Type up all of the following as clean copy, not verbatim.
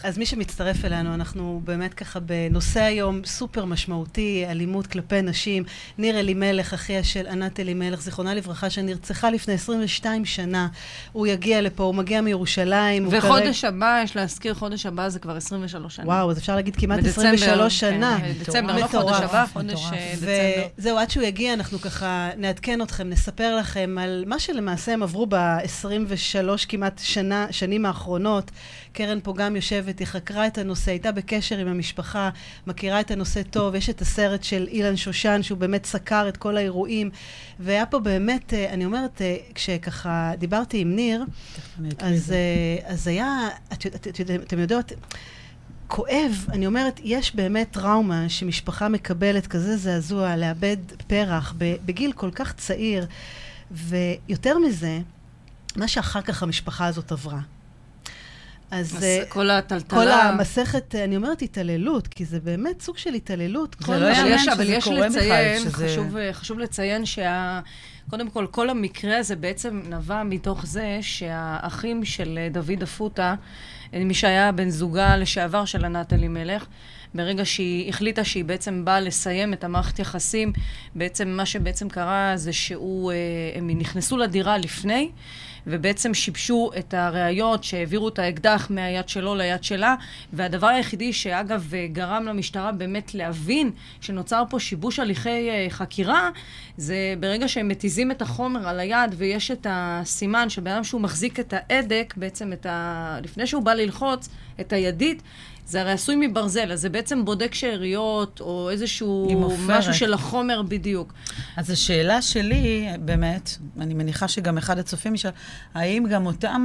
אז מי שמצטרף אלינו, אנחנו באמת ככה בנושא היום סופר משמעותי, אלימות כלפי נשים. ניר אלימלך, אחיה של ענת אלימלך, זיכרונה לברכה, שנרצחה לפני 22 שנה. הוא יגיע לפה, הוא מגיע מירושלים. וחודש הבא, יש להזכיר, חודש הבא זה כבר 23 שנה. וואו, אז אפשר להגיד כמעט 23 שנה. דצמבר, לא חודש הבא, חודש דצמבר. וזהו, עד שהוא יגיע, אנחנו ככה נעדכן אתכם, נספר לכם על מה שלמעשה הם עברו ב-23 כמעט שנים האחרונות. קרן פה גם יושבת, היא חקרה את הנושא, הייתה בקשר עם המשפחה, מכירה את הנושא טוב, יש את הסרט של אילן שושן, שהוא באמת סקר את כל האירועים, והיה פה באמת, אני אומרת, כשככה דיברתי עם ניר, אז היה, אתם יודעות, כואב, אני אומרת, יש באמת טראומה שמשפחה מקבלת כזה זעזוע, לאבד פרח בגיל כל כך צעיר, ויותר מזה, מה שאחר כך המשפחה הזאת עברה. אז כל הטלטלה... כל המסכת, אני אומרת התעללות, כי זה באמת סוג של התעללות. אבל יש לציין, חשוב לציין קודם כל, כל המקרה הזה בעצם נבע מתוך זה שהאחים של דוד אפוטה, מי שהיה בן זוגה לשעבר של ענת אלימלך, ברגע שהיא החליטה שהיא בעצם באה לסיים את המערכת יחסים, בעצם מה שבעצם קרה זה הם נכנסו לדירה לפני, ובעצם שיבשו את הראיות שהעבירו את האקדח מהיד שלו ליד שלה, והדבר היחידי שאגב גרם למשטרה באמת להבין שנוצר פה שיבוש הליכי חקירה, זה ברגע שהם מתיזים את החומר על היד ויש את הסימן שבאדם שהוא מחזיק את העדק, בעצם לפני שהוא בא ללחוץ את הידית, זה הרי עשוי מברזל, אז זה בעצם בודק שאריות או איזשהו משהו של החומר בדיוק. אז השאלה שלי, באמת, אני מניחה שגם אחד הצופים ישאל, האם גם אותם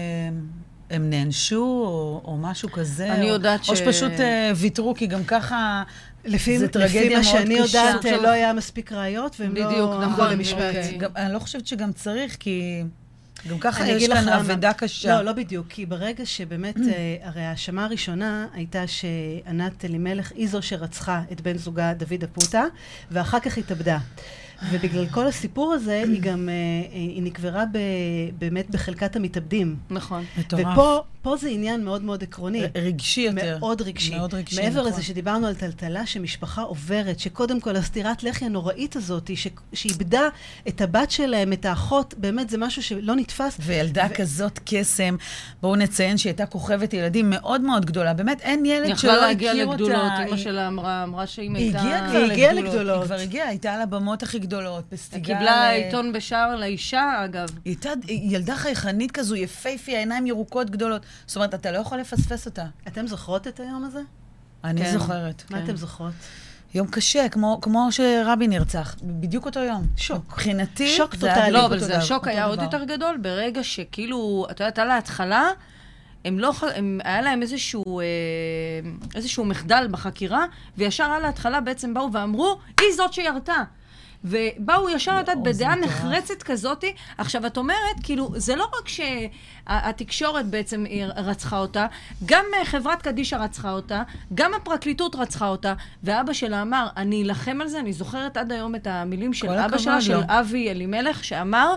הם נענשו או משהו כזה? אני יודעת או שפשוט ויתרו, כי גם ככה זה טרגדיה מאוד קשה. לפי מה שאני יודעת, לא היה מספיק ראיות, והם לא עמדו למשפט. אני לא חושבת שגם צריך, כי... גם ככה יש כאן עבודה קשה. לא בדיוק, כי ברגע שבאמת, הרי ההאשמה הראשונה הייתה שענת אלימלך היא זו שרצחה את בן זוגה דוד אפוטה, ואחר כך התאבדה. ובגלל כל הסיפור הזה, היא נקברה באמת בחלקת המתאבדים. נכון. ופה זה עניין מאוד מאוד עקרוני. רגשי יותר. מאוד רגשי. מעבר לזה שדיברנו על טלטלה שמשפחה עוברת, שקודם כל הסתירת לחי הנוראית הזאת, שאיבדה את הבת שלהם, את האחות, באמת זה משהו שלא נתפס. וילדה כזאת קסם, בואו נציין שהיא הייתה כוכבת ילדים מאוד מאוד גדולה. באמת אין ילד שלא הכיר אותה. יכלה להגיע לגדולות. אמא שלה אמרה שהיא הייתה... היא הגיעה לגדולות. היא כבר הגיעה, הייתה על הבמות הכי גדולות. היא קיבלה עיתון בשער לאישה, אגב. היא הייתה ילדה חייכנית כזו, יפהפייה, עיניים ירוקות גדולות. זאת אומרת, אתה לא יכול לפספס אותה. אתם זוכרות את היום הזה? אני זוכרת. מה אתם זוכרות? יום קשה, כמו שרבי נרצח. בדיוק אותו יום. שוק. מבחינתי, שוק טוטלי. לא, אבל זה השוק היה עוד יותר גדול, ברגע שכאילו, אתה יודעת, על ההתחלה, היה להם איזשהו מחדל בחקירה, וישר על ההתחלה בעצם באו ואמרו, היא זאת שירתה. ובאו ישר לדעת בדעה נחרצת כזאת. עכשיו, את אומרת, כאילו, זה לא רק שהתקשורת בעצם רצחה אותה, גם חברת קדישה רצחה אותה, גם הפרקליטות רצחה אותה, ואבא שלה אמר, אני אלחם על זה, אני זוכרת עד היום את המילים של אבא שלה, של אבי אלימלך, שאמר,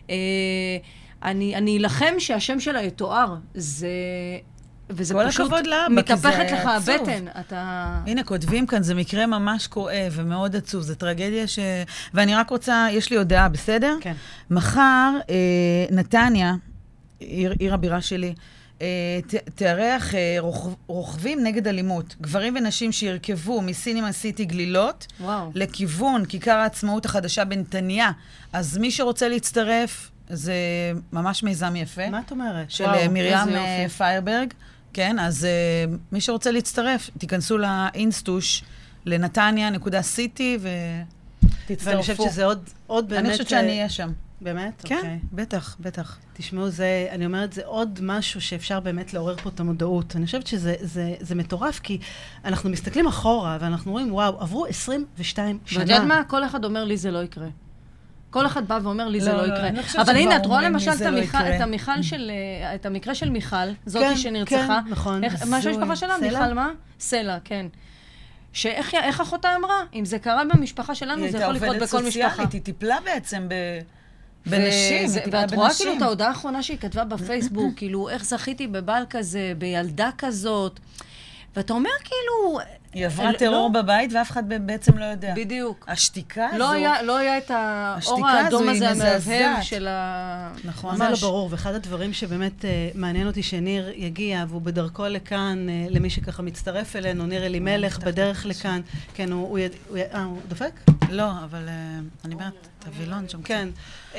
אני אלחם שהשם שלה יתואר. וזה פשוט מתהפכת לך הבטן. הנה, כותבים כאן, זה מקרה ממש כואב ומאוד עצוב, זה טרגדיה ואני רק רוצה, יש לי הודעה, בסדר? כן. מחר, נתניה, עיר הבירה שלי, תארח רוכבים נגד אלימות. גברים ונשים שירכבו מסינימה סיטי גלילות, לכיוון כיכר העצמאות החדשה בנתניה. אז מי שרוצה להצטרף, זה ממש מיזם יפה. מה את אומרת? של מרים פיירברג. כן, אז מי שרוצה להצטרף, תיכנסו לאינסטוש, לנתניה.סיטי ותצטרפו. ואני חושבת שזה עוד באמת... אני חושבת שאני אהיה שם. באמת? כן, אוקיי. בטח. תשמעו, אני אומרת, זה עוד משהו שאפשר באמת לעורר פה את המודעות. אני חושבת שזה מטורף, כי אנחנו מסתכלים אחורה, ואנחנו רואים, וואו, עברו 22 שנה. ויודעת מה? כל אחד אומר לי זה לא יקרה. כל אחד בא ואומר לי זה לא יקרה. אבל הנה, את רואה למשל את המקרה של מיכל, זאתי שנרצחה. כן, נכון. מה שהמשפחה שלה? מיכל מה? סלע, כן. שאיך אחותה אמרה? אם זה קרה במשפחה שלנו, זה יכול לקרות בכל משפחה. היא טיפלה בעצם בנשים, ואת רואה כאילו את ההודעה האחרונה שהיא כתבה בפייסבוק, כאילו, איך זכיתי בבעל כזה, בילדה כזאת, ואתה אומר כאילו... היא עברה טרור בבית ואף אחד בעצם לא יודע. בדיוק. השתיקה הזו... לא היה את האור האדום הזה המהבהב של ה... נכון. זה לא ברור, ואחד הדברים שבאמת מעניין אותי שניר יגיע, והוא בדרכו לכאן, למי שככה מצטרף אלינו, ניר אלימלך, בדרך לכאן. כן, הוא דופק? לא, אבל אני אומרת, תבילון שם. כן.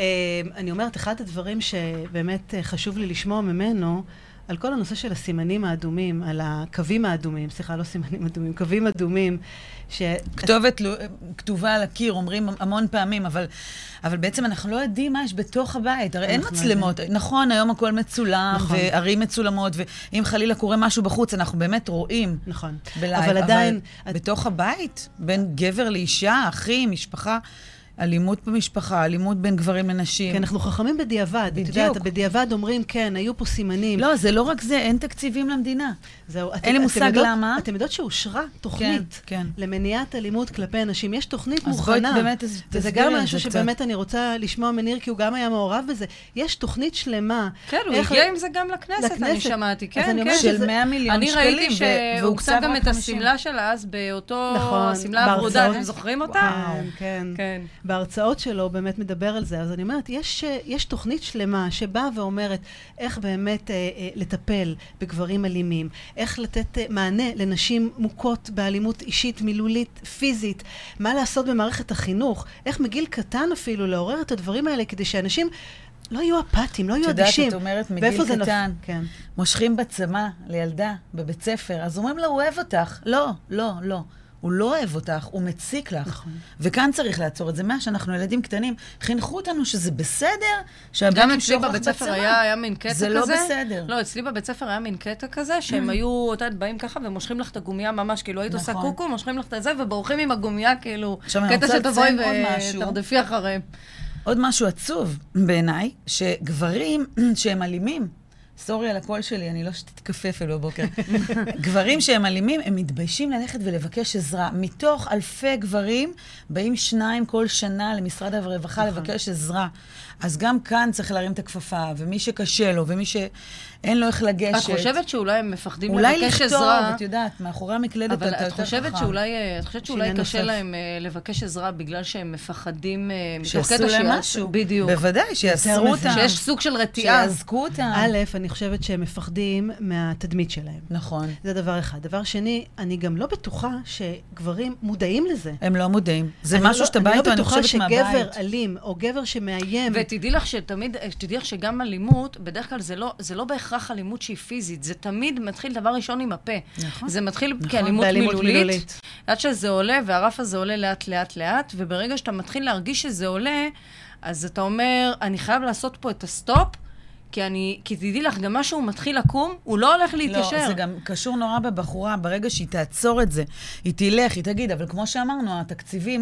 אני אומרת, אחד הדברים שבאמת חשוב לי לשמוע ממנו, על כל הנושא של הסימנים האדומים, על הקווים האדומים, סליחה, לא סימנים אדומים, קווים אדומים, כתובת כתובה על הקיר, אומרים המון פעמים, אבל בעצם אנחנו לא יודעים מה יש בתוך הבית, הרי אין מצלמות. נכון, היום הכל מצולם, וערים מצולמות, ואם חלילה קורה משהו בחוץ, אנחנו באמת רואים. נכון. אבל עדיין... בתוך הבית, בין גבר לאישה, אחים, משפחה, אלימות במשפחה, אלימות בין גברים לנשים. כן, אנחנו חכמים בדיעבד. בדיוק. אתה יודעת, בדיעבד אומרים, כן, היו פה סימנים. לא, זה לא רק זה, אין תקציבים למדינה. זהו. אין לי מושג למה. אתם יודעות שאושרה תוכנית למניעת אלימות כלפי אנשים. יש תוכנית מוכנה. אז בואי באמת תסבירי. וזה גם משהו שבאמת אני רוצה לשמוע מניר, כי הוא גם היה מעורב בזה. יש תוכנית שלמה. כן, הוא הגיע עם זה גם לכנסת, אני שמעתי. כן, כן. של 100 מיליון שקלים. אני ראיתי שהוא קצת גם את הסמלה שלה אז באותו סמלה הברודה. אתם זוכרים אותה? כן. בהרצאות שלו הוא באמת מדבר על זה. אז אני אומרת, יש תוכנית שלמה שבאה ואומרת איך באמת לטפל בגברים אלימים, איך לתת מענה לנשים מוכות באלימות אישית, מילולית, פיזית, מה לעשות במערכת החינוך, איך מגיל קטן אפילו לעורר את הדברים האלה, כדי שאנשים לא יהיו אפתיים, לא יהיו אדישים. את אומרת, מגיל קטן, מושכים בצמא לילדה בבית ספר, אז אומרים לה, הוא אוהב אותך. לא, לא, לא. הוא לא אוהב אותך, הוא מציק לך. נכון. וכאן צריך לעצור את זה. מה שאנחנו ילדים קטנים, חינכו אותנו שזה בסדר, גם אצלי בבית ספר היה מין קטע כזה. זה לא בסדר. לא, אצלי בבית ספר היה מין קטע כזה, שהם היו, באים ככה ומושכים לך את הגומיה ממש, כאילו היית עושה קוקו, מושכים לך את זה, ובורחים עם הגומיה, כאילו, קטע שתבואי ותרדפי אחריהם. עוד משהו עצוב בעיניי, שגברים שהם אלימים, סורי על הקול שלי, אני לא שתתכפף אלו בבוקר. גברים שהם אלימים, הם מתביישים ללכת ולבקש עזרה. מתוך אלפי גברים, באים 2 כל שנה למשרד הרווחה לבקש עזרה. אז גם כאן צריך להרים את הכפפה, ומי שקשה לו, ומי שאין לו איך לגשת. את חושבת שאולי הם מפחדים לבקש עזרה? אולי לכתוב, את יודעת, מאחורי המקלדת אתה יותר חכם. אבל את חושבת שאולי קשה להם לבקש עזרה, בגלל שהם מפחדים שיעשו להם משהו. בדיוק. בוודאי, שיעשו אותם. שיש סוג של רתיעה. שיעזקו אותם. א', אני חושבת שהם מפחדים מהתדמית שלהם. נכון. זה דבר אחד. דבר שני, אני גם לא בטוחה שגברים מודעים לזה. הם לא מודעים. זה משהו שאתה בא איתו, אני חושבת מהבית. אני לא בטוחה שגבר אלים, או גבר שמאיים. ותדעי לך שגם אלימות, בדרך כלל זה לא בהכרח אלימות שהיא פיזית, זה תמיד מתחיל דבר ראשון עם הפה. נכון. זה מתחיל כאלימות מילולית, עד שזה עולה, והרף הזה עולה לאט לאט לאט, וברגע שאתה מתחיל להרגיש שזה עולה, אז אתה אומר, אני חייב לעשות פה את הסטופ, כי תדעי לך, גם משהו מתחיל לקום, הוא לא הולך להתיישר. לא, זה גם קשור נורא בבחורה, ברגע שהיא תעצור את זה, היא תלך, היא תגיד, אבל כמו שאמרנו, התקציבים,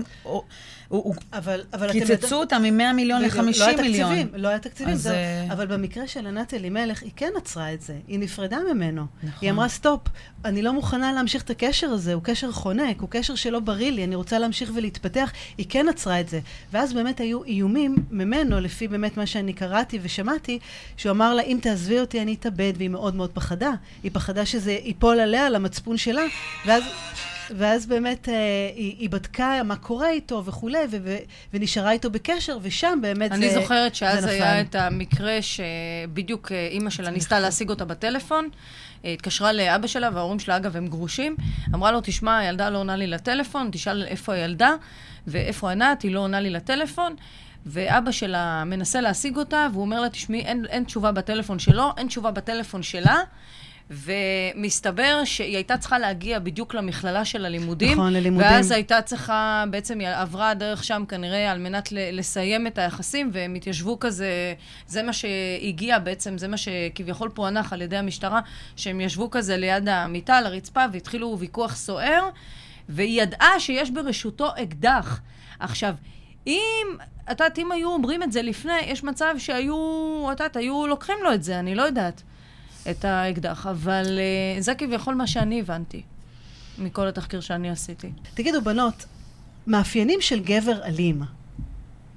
קיצצו אותם מ100 מיליון ל50 מיליון. לא היה תקציבים, אבל במקרה של ענת אלימלך, היא כן עצרה את זה, היא נפרדה ממנו. היא אמרה, סטופ, אני לא מוכנה להמשיך את הקשר הזה, הוא קשר חונק, הוא קשר שלא בריא לי, אני רוצה להמשיך ולהתפתח, היא כן עצרה את זה. ואז באמת היו איומים ממנו, לפי באמת מה שאני קראתי ושמעתי, שהוא אמר לה, אם תעזבי אותי, אני אתאבד, והיא מאוד מאוד פחדה. היא פחדה שזה ייפול עליה, למצפון שלה, ואז באמת היא בדקה מה קורה איתו וכולי, ונשארה איתו בקשר, ושם באמת זה נפל. אני זוכרת שאז היה את המקרה שבדיוק אימא שלה ניסתה להשיג אותה בטלפון, התקשרה לאבא שלה, וההורים שלה אגב הם גרושים, אמרה לו, תשמע, הילדה לא עונה לי לטלפון, תשאל איפה הילדה, ואיפה ענת, היא לא עונה לי לטלפון, ואבא שלה מנסה להשיג אותה, והוא אומר לה, תשמעי, אין תשובה בטלפון שלו, אין תשובה בטלפון שלה, ומסתבר שהיא הייתה צריכה להגיע בדיוק למכללה של הלימודים, נכון, ללימודים. ואז הייתה צריכה, בעצם היא עברה דרך שם כנראה על מנת לסיים את היחסים, והם התיישבו כזה, זה מה שהגיע בעצם, זה מה שכביכול פוענח על ידי המשטרה, שהם ישבו כזה ליד המיטה, על הרצפה, והתחילו ויכוח סוער, והיא ידעה שיש ברשותו אקדח. עכשיו, אם היו אומרים את זה לפני, יש מצב היו לוקחים לו את זה, אני לא יודעת. את האקדח, אבל זה כביכול מה שאני הבנתי, מכל התחקיר שאני עשיתי. תגידו, בנות, מאפיינים של גבר אלים.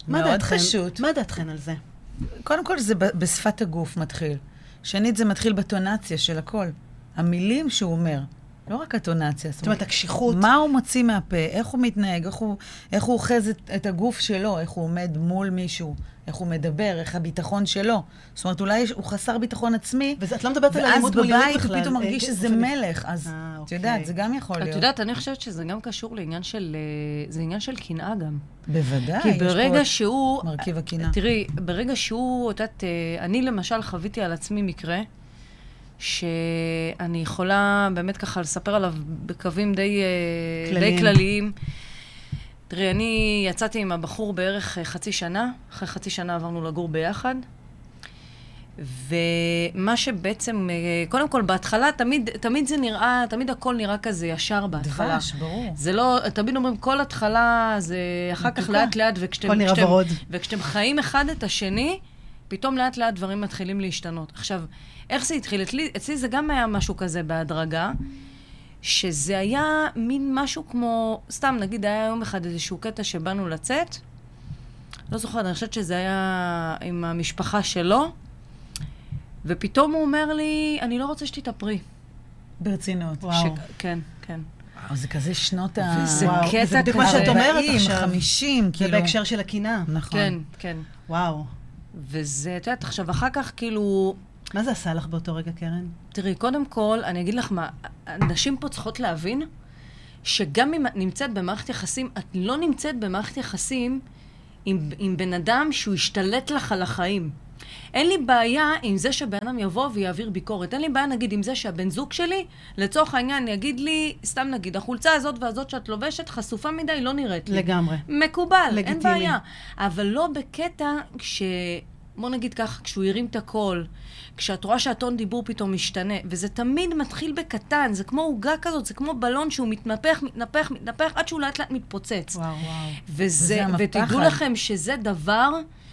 מאוד פשוט. מה דעתכן על זה? קודם כל זה בשפת הגוף מתחיל. שנית, זה מתחיל בטונציה של הכל. המילים שהוא אומר. לא רק הטונציה. זאת אומרת, הקשיחות. מה הוא מוציא מהפה, איך הוא מתנהג, איך הוא אוחז את הגוף שלו, איך הוא עומד מול מישהו, איך הוא מדבר, איך הביטחון שלו. זאת אומרת, אולי הוא חסר ביטחון עצמי, ואת לא מדברת על אלימות מילולית בכלל. ואז בבית הוא פתאום מרגיש שזה מלך. אז את יודעת, זה גם יכול להיות. את יודעת, אני חושבת שזה גם קשור לעניין של, זה עניין של קנאה גם. בוודאי. כי ברגע שהוא... מרכיב הקנאה. תראי, ברגע שהוא, יודעת, אני למשל חוויתי על עצמי מקרה, שאני יכולה באמת ככה לספר עליו בקווים די כלליים. תראי, אני יצאתי עם הבחור בערך חצי שנה, אחרי חצי שנה עברנו לגור ביחד, ומה שבעצם, קודם כל בהתחלה, תמיד זה נראה, תמיד הכל נראה כזה ישר בהתחלה. דבש, ברור. זה לא, תמיד אומרים, כל התחלה זה אחר כך לאט לאט, וכשאתם חיים אחד את השני, פתאום לאט לאט דברים מתחילים להשתנות. עכשיו, איך זה התחיל? אצלי זה גם היה משהו כזה בהדרגה, שזה היה מין משהו כמו, סתם נגיד היה יום אחד איזשהו קטע שבאנו לצאת, לא זוכרת, אני חושבת שזה היה עם המשפחה שלו, ופתאום הוא אומר לי, אני לא רוצה שתתאפרי. ברצינות. וואו. כן, כן. וואו, זה כזה שנות וזה קטע כזה. זה בדיוק מה שאת אומרת עכשיו. 50, כאילו. זה בהקשר של הקנאה. נכון. כן, כן. וואו. וזה, את יודעת, עכשיו אחר כך כאילו... מה זה עשה לך באותו רגע, קרן? תראי, קודם כל, אני אגיד לך מה, נשים פה צריכות להבין שגם אם את נמצאת במערכת יחסים, את לא נמצאת במערכת יחסים עם בן אדם שהוא ישתלט לך על החיים. אין לי בעיה עם זה שבן אדם יבוא ויעביר ביקורת. אין לי בעיה, נגיד, עם זה שהבן זוג שלי, לצורך העניין, יגיד לי, סתם נגיד, החולצה הזאת והזאת שאת לובשת חשופה מדי, לא נראית לי. לגמרי. מקובל, לגיטימי. אין בעיה. אבל לא בקטע בוא נגיד ככה, כשהוא הרים את הכל, כשאת רואה שהטון דיבור פתאום משתנה, וזה תמיד מתחיל בקטן, זה כמו עוגה כזאת, זה כמו בלון שהוא מתנפח, עד שהוא לאט לאט מתפוצץ. וואו, וואו. ותדעו לכם שזה דבר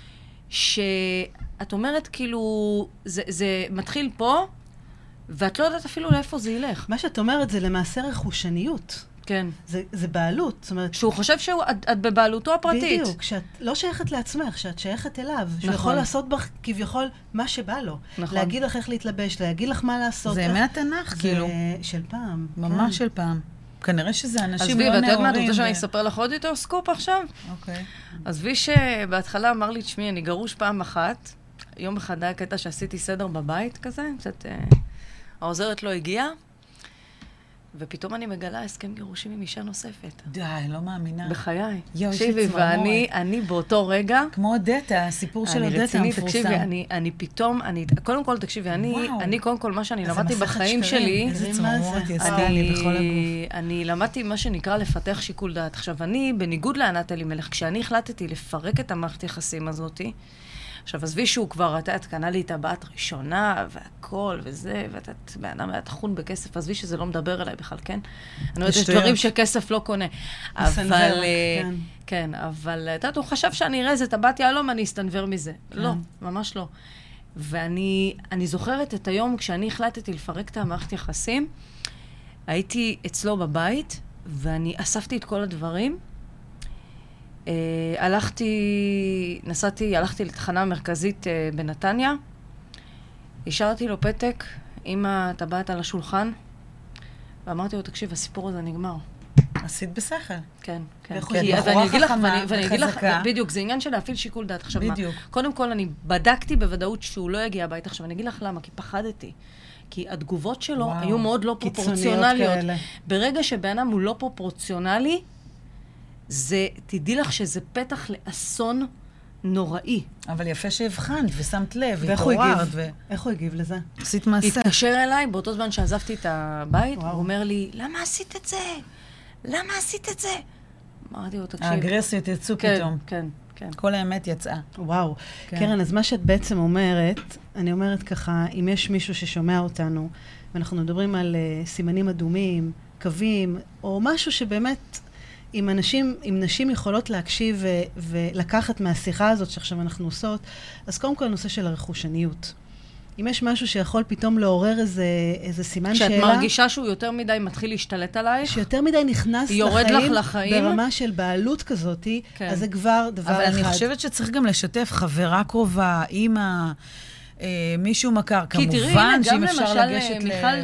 שאת אומרת כאילו, זה מתחיל פה, ואת לא יודעת אפילו לאיפה זה ילך. מה שאת אומרת זה למעשה רכושניות. כן. זה בעלות, זאת אומרת... שהוא חושב שאת בבעלותו הפרטית. בדיוק, שאת לא שייכת לעצמך, שאת שייכת אליו. נכון. שהוא יכול לעשות בך כביכול מה שבא לו. נכון. להגיד לך איך להתלבש, להגיד לך מה לעשות. זה מהתנ"ך, כאילו. זה של פעם. ממש של פעם. כנראה שזה אנשים לא נאורים. נאורים. עזבי, ואת יודעת מה, אתה רוצה שאני אספר לך עוד יותר סקופ עכשיו? אוקיי. עזבי שבהתחלה אמר לי, תשמעי, אני גרוש פעם אחת. יום אחד היה קטע שעשיתי סדר בבית כזה, קצת העוזרת לא הגיעה. ופתאום אני מגלה הסכם גירושים עם אישה נוספת. די, לא מאמינה. בחיי. תקשיבי, ואני באותו רגע... כמו אודטה, הסיפור של אודטה המפורסם. אני רצינית, תקשיבי, אני פתאום, קודם כל, תקשיבי, אני קודם כל, מה שאני למדתי בחיים שלי... איזה צמרמורת יצאה לי בכל הגוף. אני למדתי מה שנקרא לפתח שיקול דעת. עכשיו, אני, בניגוד לענת אלימלך, כשאני החלטתי לפרק את המערכת יחסים הזאת, עכשיו, עזבי שהוא כבר, את קנה לי את הבת ראשונה, והכל, וזה, ואת באדם היה תחון בכסף, עזבי שזה לא מדבר אליי בכלל, כן? אני יודעת, יש דברים שכסף לא קונה. אבל, כן, אבל, את יודעת, הוא חשב שאני אראה איזה טבעת יהלום, אני אסתנבר מזה. לא, ממש לא. ואני זוכרת את היום כשאני החלטתי לפרק את המערכת יחסים, הייתי אצלו בבית, ואני אספתי את כל הדברים, הלכתי לתחנה המרכזית בנתניה, השארתי לו פתק עם הטבעת על השולחן, ואמרתי לו, תקשיב, הסיפור הזה נגמר. עשית בשכל. כן, כן. בחורה חכמה וחזקה. בדיוק, זה עניין של להפעיל שיקול דעת. עכשיו מה? קודם כל, אני בדקתי בוודאות שהוא לא יגיע הביתה. עכשיו, אני אגיד לך למה, כי פחדתי. כי התגובות שלו היו מאוד לא פרופורציונליות. ברגע שבאדם הוא לא פרופורציונלי, תדעי לך שזה פתח לאסון נוראי. אבל יפה שהבחנת ושמת לב, התעוררת. איך הוא הגיב לזה? עשית מעשה. התקשר אליי, באותו זמן שעזבתי את הבית, הוא אומר לי, למה עשית את זה? למה עשית את זה? אמרתי לו, תקשיב. האגרסיות יצאו פתאום. כן, כן. כל האמת יצאה. וואו. קרן, אז מה שאת בעצם אומרת, אני אומרת ככה, אם יש מישהו ששומע אותנו, ואנחנו מדברים על סימנים אדומים, קווים, או משהו שבאמת... אם נשים יכולות להקשיב ולקחת מהשיחה הזאת שעכשיו אנחנו עושות, אז קודם כל הנושא של הרכושניות. אם יש משהו שיכול פתאום לעורר איזה סימן שאלה... כשאת מרגישה שהוא יותר מדי מתחיל להשתלט עלייך, שיותר מדי נכנס לחיים ברמה של בעלות כזאת, אז זה כבר דבר אחד. אבל אני חושבת שצריך גם לשתף חברה קרובה, אמא, מישהו מכר, כמובן שאם אפשר לגשת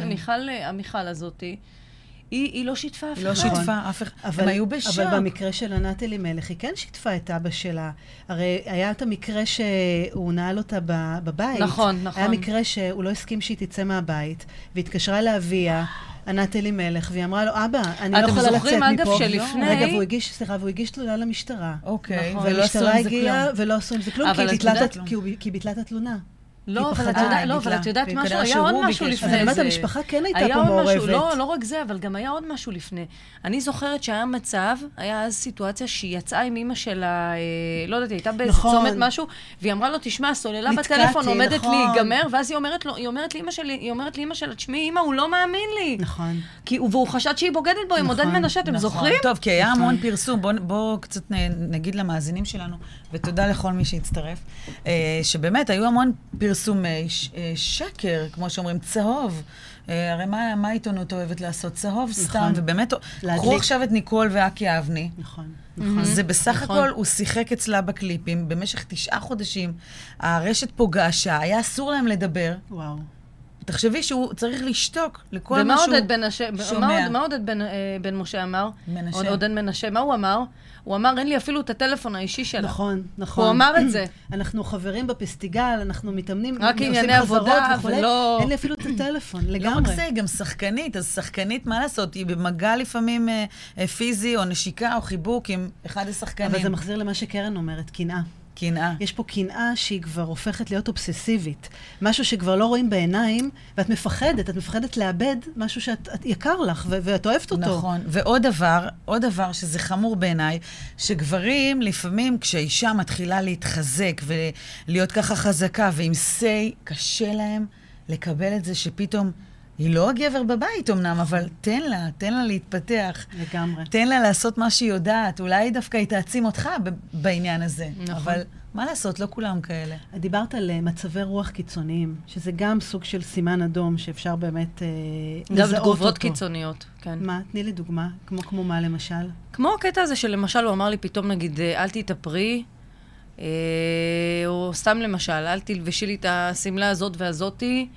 המיכל הזאת, היא לא שיתפה אף אחד. היא לא שיתפה אף אחד. הם היו בשוק. אבל במקרה של ענת אלימלך, היא כן שיתפה את אבא שלה. הרי היה את המקרה שהוא נעל אותה בבית. נכון, נכון. היה מקרה שהוא לא הסכים שהיא תצא מהבית, והתקשרה לאביה, ענת אלימלך, והיא אמרה לו, אבא, אני לא יכולה לצאת מפה. אתם זוכרים, אגב, שלפני... רגע, והוא הגיש תלונה למשטרה. אוקיי, ולא עשו עם זה כלום. ולא עשו עם זה כלום, כי היא ביטלה את התלונה. לא, אבל את יודעת משהו, היה עוד משהו לפני זה. אז אני אומרת, המשפחה כן הייתה פה מעורבת. לא רק זה, אבל גם היה עוד משהו לפני. אני זוכרת שהיה מצב, היה אז סיטואציה שהיא יצאה עם אמא שלה, לא יודעת, הייתה באיזה צומת משהו, והיא אמרה לו, תשמע, הסוללה בטלפון עומדת להיגמר, ואז היא אומרת לאמא שלה, תשמעי, אמא, הוא לא מאמין לי. נכון. והוא חשד שהיא בוגדת בו עם עודד מנשה, אתם זוכרים? טוב, כי היה המון פרסום, בואו קצת נגיד למאזינים שלנו, ותודה לכל מי שהצטרף, שבאמת היו המון פרסום שקר, כמו שאומרים, צהוב. הרי מה העיתונות אוהבת לעשות? צהוב סתם, ובאמת, קחו עכשיו את ניקול ואקי אבני. נכון. זה בסך הכל, הוא שיחק אצלה בקליפים, במשך 9 חודשים, הרשת פה געשה, היה אסור להם לדבר. וואו. תחשבי שהוא צריך לשתוק לכל מה שהוא שומע. מה עודד בן משה אמר? עודד מנשה, מה הוא אמר? הוא אמר, אין לי אפילו את הטלפון האישי שלה. נכון, נכון. הוא אמר את זה. אנחנו חברים בפסטיגל, אנחנו מתאמנים, רק ענייני עבודה ולא... אין לי אפילו את הטלפון, לגמרי. לא רק זה, היא גם שחקנית, אז שחקנית, מה לעשות? היא במגע לפעמים פיזי או נשיקה או חיבוק עם אחד השחקנים. אבל זה מחזיר למה שקרן אומרת, קנאה. קנאה. יש פה קנאה שהיא כבר הופכת להיות אובססיבית. משהו שכבר לא רואים בעיניים, ואת מפחדת לאבד משהו שאת יקר לך, ואת אוהבת אותו. נכון. ועוד דבר שזה חמור בעיניי, שגברים לפעמים כשאישה מתחילה להתחזק ולהיות ככה חזקה, ועם סי קשה להם לקבל את זה שפתאום היא לא הגבר בבית אמנם, אבל תן לה להתפתח. לגמרי. תן לה לעשות מה שהיא יודעת. אולי דווקא היא תעצים אותך בעניין הזה. נכון. אבל מה לעשות? לא כולם כאלה. דיברת על מצבי רוח קיצוניים, שזה גם סוג של סימן אדום שאפשר באמת לזהות אותו. גם תגובות קיצוניות, כן. מה? תני לי דוגמה. כמו מה למשל? כמו הקטע הזה שלמשל הוא אמר לי פתאום נגיד, אל תתאפרי, או סתם למשל, אל תלבשי לי את הסמלה הזאת והזאתי,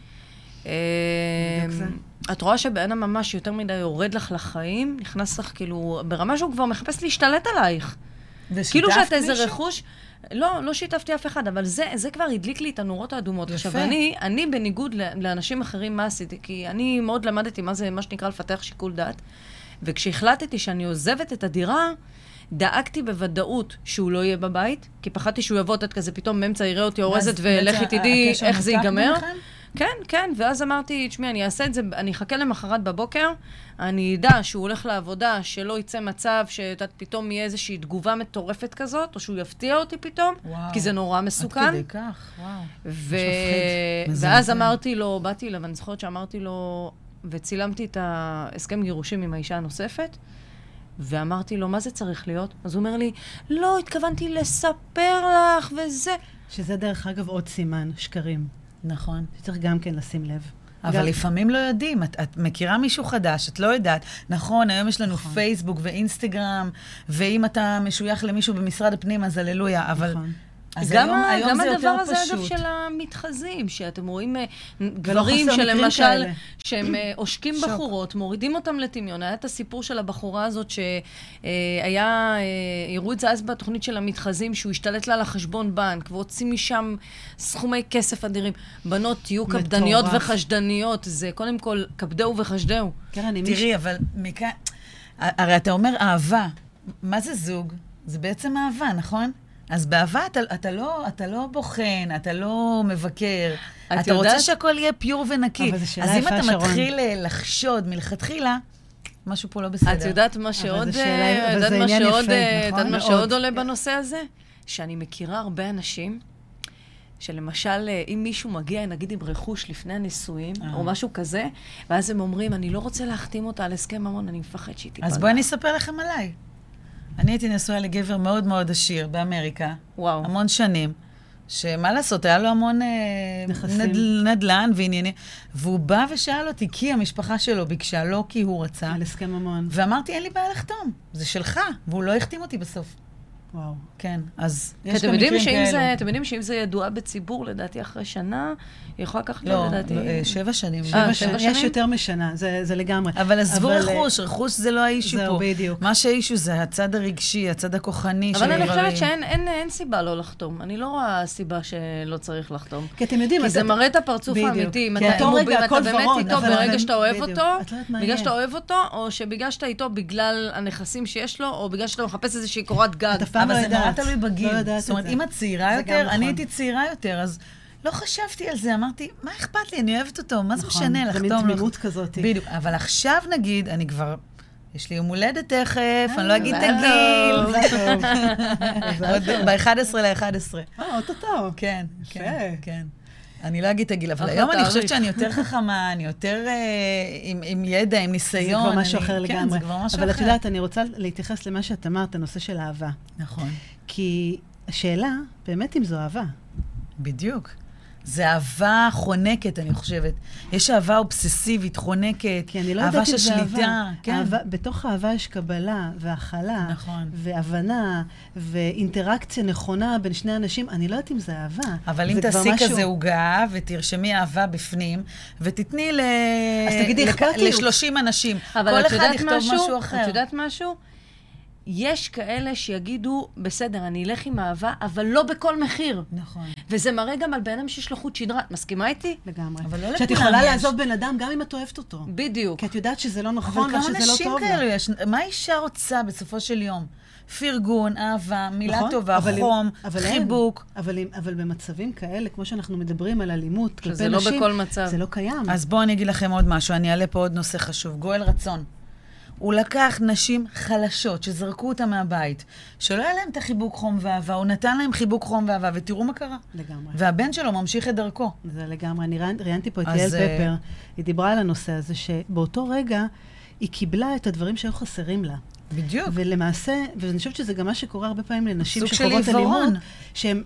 את רואה שבעינה ממש יותר מדי יורד לך לחיים, נכנס לך כאילו, ברמה שהוא כבר מחפש להשתלט עלייך. כאילו שאת איזה רכוש, לא שיתפתי אף אחד, אבל זה כבר הדליק לי את הנורות האדומות. עכשיו, אני בניגוד לאנשים אחרים מה עשיתי, כי אני מאוד למדתי מה זה מה שנקרא לפתח שיקול דעת, וכשהחלטתי שאני עוזבת את הדירה, דאגתי בוודאות שהוא לא יהיה בבית, כי פחדתי שהוא יבוא אותת כזה, פתאום באמצע יראה אותי אורזת ולכי תדעי איך זה ייגמר. כן, ואז אמרתי, תשמעי, אני אעשה את זה, אני אחכה למחרת בבוקר, אני אדע שהוא הולך לעבודה, שלא יצא מצב שפתאום יהיה איזושהי תגובה מטורפת כזאת, או שהוא יפתיע אותי פתאום, כי זה נורא מסוכן. עד כדי כך, ואז אמרתי לו, באתי אליו, אני זוכרת שאמרתי לו, וצילמתי את ההסכם גירושים עם האישה הנוספת, ואמרתי לו, מה זה צריך להיות? אז הוא אומר לי, לא, התכוונתי לספר לך וזה. שזה דרך אגב עוד סימן, שקרים. נכון. שצריך גם כן לשים לב. אבל לפעמים לא יודעים. את מכירה מישהו חדש, את לא יודעת. נכון, היום יש לנו פייסבוק ואינסטגרם, ואם אתה משוייך למישהו במשרד הפנים, אז הללויה. אבל גם הדבר הזה, אגב, של המתחזים, שאתם רואים גברים שלמשל, שהם עושקים בחורות, מורידים אותם לטמיון. היה את הסיפור של הבחורה הזאת שהיה, הראו את זה אז בתוכנית של המתחזים, שהוא השתלט לה לחשבון בנק, והוציא משם סכומי כסף אדירים. בנות, תהיו קפדניות וחשדניות. זה קודם כל, קפדהו וחשדהו. תראי, אבל מכאן, הרי אתה אומר אהבה. מה זה זוג? זה בעצם אהבה, נכון? אז באהבה אתה לא בוחן, אתה לא מבקר, אתה רוצה שהכל יהיה פיור ונקי. אז אם אתה מתחיל לחשוד מלכתחילה, משהו פה לא בסדר. את יודעת מה שעוד עולה בנושא הזה? שאני מכירה הרבה אנשים, שלמשל, אם מישהו מגיע, נגיד עם רכוש לפני הנישואים, או משהו כזה, ואז הם אומרים, אני לא רוצה להחתים אותה על הסכם ממון, אני מפחד שהיא תיפגע. אז בואי אני אספר לכם עליי. אני הייתי נשואה לגבר מאוד מאוד עשיר באמריקה, המון שנים, שמה לעשות, היה לו המון נדל"ן ועניינים, והוא בא ושאל אותי, כי המשפחה שלו ביקשה, לא כי הוא רצה. על הסכם ממון. ואמרתי, אין לי בעיה לחתום, זה שלך, והוא לא החתים אותי בסוף. וואו. כן, אז יש גם מקרים כאלו. אתם יודעים שאם זה ידוע בציבור, לדעתי אחרי שנה, היא יכולה לקחת לו, לדעתי... לא, 7 שנים. 7 שנים? יש יותר משנה, זה לגמרי. אבל עזבו רכוש זה לא האישו פה. זהו, בדיוק. מה שהאישו זה הצד הרגשי, הצד הכוחני של אבל אני הדברים. חושבת שאין סיבה לא לחתום. אני לא רואה סיבה שלא צריך לחתום. כי אתם יודעים... כי זה מראה את הפרצוף האמיתי. כי אותו רגע, הכל אתה ורוד. באמת איתו ברגע שאתה אוהב אותו, בגלל שאתה אוהב אותו, או שבגלל שאתה איתו בגלל הנכסים שיש לו, או בגלל שאתה מחפש איזושהי קורת גג. אבל זה נורא תלוי בגיל. זאת אומרת, אם את צעירה יותר, אני הייתי צעירה יותר, אז לא חשבתי על זה. אמרתי, מה אכפת לי? אני אוהבת אותו. מה זה משנה לחתום? זה מין תמימות כזאת. בדיוק. אבל עכשיו נגיד, אני כבר... יש לי יום הולדת תכף, אני לא אגיד את הגיל. ב-11/11. אוטוטו. כן, כן. אני לא אגיד את הגיל, אבל היום אני חושבת שאני יותר חכמה, אני יותר עם ידע, עם ניסיון. זה כבר משהו אחר לגמרי. כן, זה כבר משהו אחר. אבל את יודעת, אני רוצה להתייחס למה שאת אמרת, הנושא של אהבה. נכון. כי השאלה, באמת אם זו אהבה. בדיוק. זה אהבה חונקת, אני חושבת. יש אהבה אובססיבית, חונקת, כי אני לא יודעת אם זה שליטה. כן. בתוך האהבה יש קבלה והכלה, נכון. והבנה, ואינטראקציה נכונה בין שני אנשים. אני לא יודעת אם זה אהבה. אבל אם תעשי כזה הוגה, ותרשמי אהבה בפנים, ותתני ל-30 אנשים. כל אחד יכתוב משהו אחר. את יודעת משהו? יש כאלה שיגידו, בסדר, אני אלך עם אהבה, אבל לא בכל מחיר. נכון. וזה מראה גם על בן אדם שיש לו חוט שדרה. את מסכימה איתי? לגמרי. אבל לא לכולם יש. שאת יכולה לעזוב בן אדם גם אם את אוהבת אותו. בדיוק. כי את יודעת שזה לא נכון ושזה לא טוב לה. אבל כמה נשים כאלו יש? מה אישה רוצה בסופו של יום? פרגון, אהבה, מילה טובה, חום, חיבוק. אבל במצבים כאלה, כמו שאנחנו מדברים על אלימות כלפי נשים, לא בכל מצב. זה לא קיים. אז בואו אני אגיד לכם עוד משהו, אני אעלה פה עוד נושא חשוב. גואל רצון. הוא לקח נשים חלשות שזרקו אותה מהבית, שלא היה להם את החיבוק חום ואהבה, הוא נתן להם חיבוק חום ואהבה, ותראו מה קרה. לגמרי. והבן שלו ממשיך את דרכו. זה לגמרי. אני ראיינתי פה את יעל פפר, היא דיברה על הנושא הזה, שבאותו רגע היא קיבלה את הדברים שהיו חסרים לה. בדיוק. ולמעשה, ואני חושבת שזה גם מה שקורה הרבה פעמים לנשים שחוות אלימות, שהן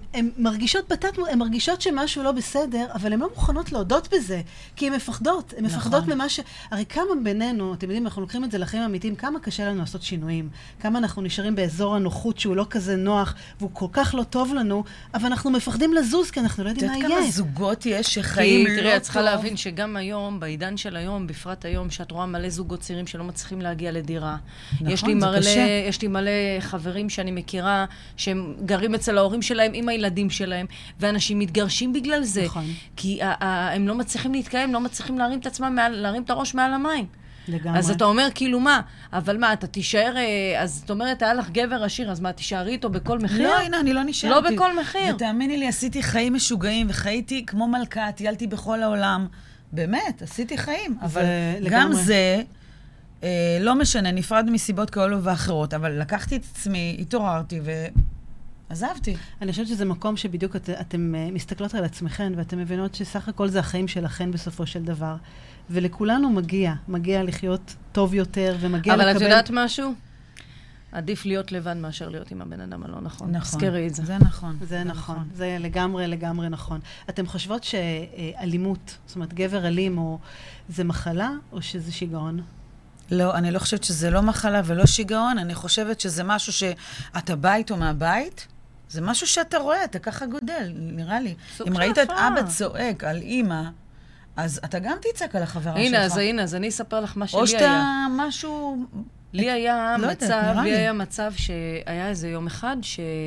מרגישות שמשהו לא בסדר, אבל הן לא מוכנות להודות בזה, כי הן מפחדות. הן מפחדות ממה הרי כמה בינינו, אתם יודעים, אנחנו לוקחים את זה לחיים האמיתיים, כמה קשה לנו לעשות שינויים, כמה אנחנו נשארים באזור הנוחות שהוא לא כזה נוח, והוא כל כך לא טוב לנו, אבל אנחנו מפחדים לזוז, כי אנחנו לא יודעים מה יהיה. את יודעת כמה זוגות יש שחיים לא טוב? תראי, את צריכה להבין שגם היום, בעידן של היום, בפרט היום, שאת רואה מלא זוגות צעירים שלא מצליחים להגיע לדירה. נכון, יש לי מלא חברים שאני מכירה, שהם גרים אצל ההורים שלהם עם הילדים שלהם, ואנשים מתגרשים בגלל זה. נכון. כי הם לא מצליחים להתקיים, לא מצליחים להרים את עצמם, להרים את הראש מעל המים. לגמרי. אז אתה אומר, כאילו מה? אבל מה, אתה תישאר, אז זאת אומרת, היה לך גבר עשיר, אז מה, תישארי איתו בכל מחיר? לא, הנה, אני לא נשארתי. לא בכל מחיר. ותאמיני לי, עשיתי חיים משוגעים, וחייתי כמו מלכה, טיילתי בכל העולם. באמת, עשיתי חיים. אבל גם זה... לא משנה, נפרד מסיבות כאלו ואחרות, אבל לקחתי את עצמי, התעוררתי ועזבתי. אני חושבת שזה מקום שבדיוק אתם מסתכלות על עצמכן, ואתם מבינות שסך הכל זה החיים שלכן בסופו של דבר. ולכולנו מגיע לחיות טוב יותר, ומגיע לקבל... אבל את יודעת משהו? עדיף להיות לבד מאשר להיות עם הבן אדם הלא נכון. נכון. תזכרי את זה. זה נכון. זה נכון. זה לגמרי נכון. אתם חושבות שאלימות, זאת אומרת, גבר אלים, זה מחלה או שזה שיגעון? לא, אני לא חושבת שזה לא מחלה ולא שיגעון, אני חושבת שזה משהו שאתה בית או מהבית, זה משהו שאתה רואה, אתה ככה גודל, נראה לי. אם ראית את אבא צועק על אמא, אז אתה גם תצעק על החברה שלך. הנה, אז אני אספר לך מה שלי היה. או שאתה משהו... לי היה מצב שהיה איזה יום אחד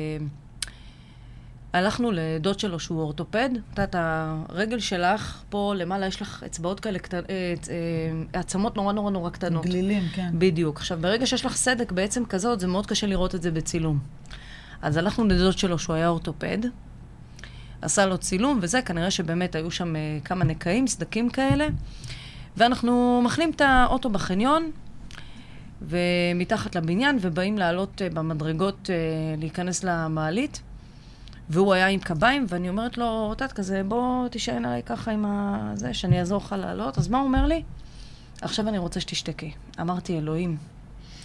הלכנו לדוד שלו שהוא אורתופד, את הרגל שלך, פה למעלה יש לך אצבעות כאלה, עצמות נורא קטנות. גלילים, כן. בדיוק. עכשיו, ברגע שיש לך סדק בעצם כזאת, זה מאוד קשה לראות את זה בצילום. אז הלכנו לדוד שלו שהוא היה אורתופד, עשה לו צילום, וזה כנראה שבאמת היו שם כמה נקעים, סדקים כאלה, ואנחנו מחלים את האוטו בחניון, ומתחת לבניין, ובאים לעלות במדרגות להיכנס למעלית, והוא היה עם קביים, ואני אומרת לו, תת כזה, בוא תישען עליי ככה עם זה, שאני אעזור לך לעלות. אז מה הוא אומר לי? עכשיו אני רוצה שתשתקי. אמרתי, אלוהים.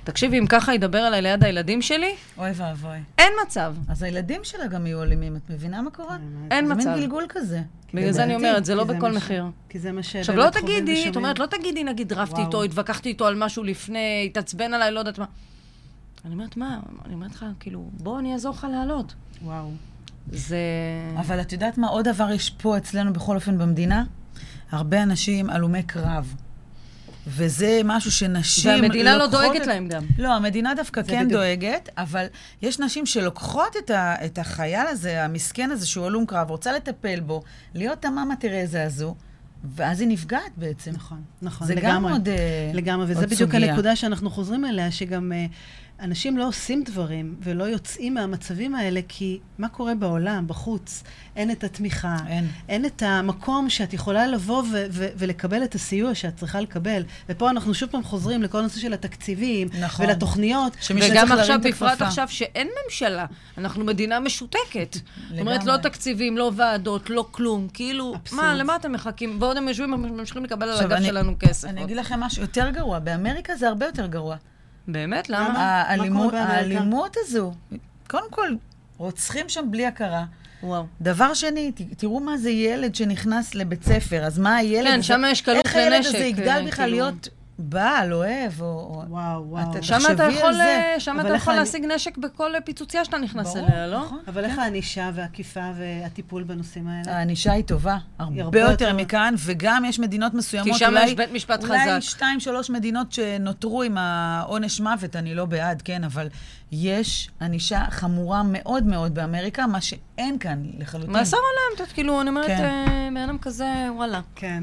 תקשיבי, אם ככה ידבר עליי ליד הילדים שלי, אוי ואבוי. אין מצב. אז הילדים שלה גם יהיו אלימים, את מבינה מה קורה? אין מצב. זה מין גלגול כזה. בגלל זה אני אומרת, זה לא בכל מחיר. כי זה מה ש... עכשיו, לא תגידי, את אומרת, לא תגידי, נגיד, רבתי איתו, התווכחתי איתו על משהו לפני, התעצבן עליי, לא יודעת מה. אני אומרת, מה? אני אומרת לך, כאילו, בוא, אני אעזור לך לעלות. וואו. זה... אבל את יודעת מה? עוד דבר יש פה אצלנו בכל אופן במדינה? הרבה אנשים הלומי קרב. וזה משהו שנשים והמדינה לא דואגת להם גם. לא, המדינה דווקא כן דואגת, אבל יש נשים שלוקחות את החייל הזה, המסכן הזה שהוא הלום קרב, רוצה לטפל בו, להיות המאמה תרזה הזו, ואז היא נפגעת בעצם. נכון, נכון. זה גם עוד לגמרי, וזה בדיוק הנקודה שאנחנו חוזרים אליה, שגם אנשים לא עושים דברים ולא יוצאים מהמצבים האלה, כי מה קורה בעולם, בחוץ? אין את התמיכה, אין את המקום שאת יכולה לבוא ולקבל את הסיוע שאת צריכה לקבל. ופה אנחנו שוב פעם חוזרים לכל נושא של התקציבים, נכון. ולתוכניות. וגם עכשיו, בפרט עכשיו שאין ממשלה, אנחנו מדינה משותקת. זאת אומרת, לא תקציבים, לא ועדות, לא כלום. כאילו, מה, למה אתם מחכים? בעוד הם יושבים, הם ממשיכים לקבל על הגב שלנו כסף. אני אגיד לכם משהו יותר גרוע. באמריקה זה הרבה יותר גרוע. באמת? למה? האלימות הזו, קודם כל, רוצחים שם בלי הכרה. וואו. דבר שני, תראו מה זה ילד שנכנס לבית ספר, אז מה הילד הזה... כן, שם יש קלות לנשק. איך הילד הזה יגדל בכלל להיות בעל, אוהב, או... וואו. שם אתה יכול להשיג נשק בכל פיצוציה שאתה נכנס אליה, לא? אבל איך הענישה והעקיפה והטיפול בנושאים האלה? הענישה היא טובה, הרבה יותר מכאן, וגם יש מדינות מסוימות, כי שם יש בית משפט חזק. אולי 2-3 מדינות שנותרו עם העונש מוות, אני לא בעד, כן, אבל יש ענישה חמורה מאוד מאוד באמריקה, מה שאין כאן לחלוטין. מאסר עולם, כאילו, אני אומרת, בענם כזה, וואלה. כן.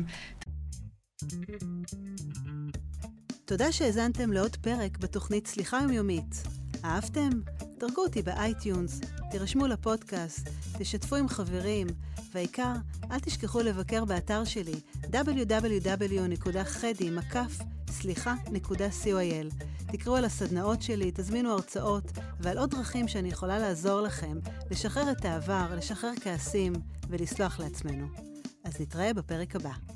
תודה שהזנתם לעוד פרק בתוכנית סליחה יומיומית. אהבתם? דרגו אותי באייטיונס, תירשמו לפודקאסט, תשתפו עם חברים, והעיקר, אל תשכחו לבקר באתר שלי www.khedi.co.il. תקראו על הסדנאות שלי, תזמינו הרצאות ועל עוד דרכים שאני יכולה לעזור לכם לשחרר את העבר, לשחרר כעסים ולסלוח לעצמנו. אז נתראה בפרק הבא.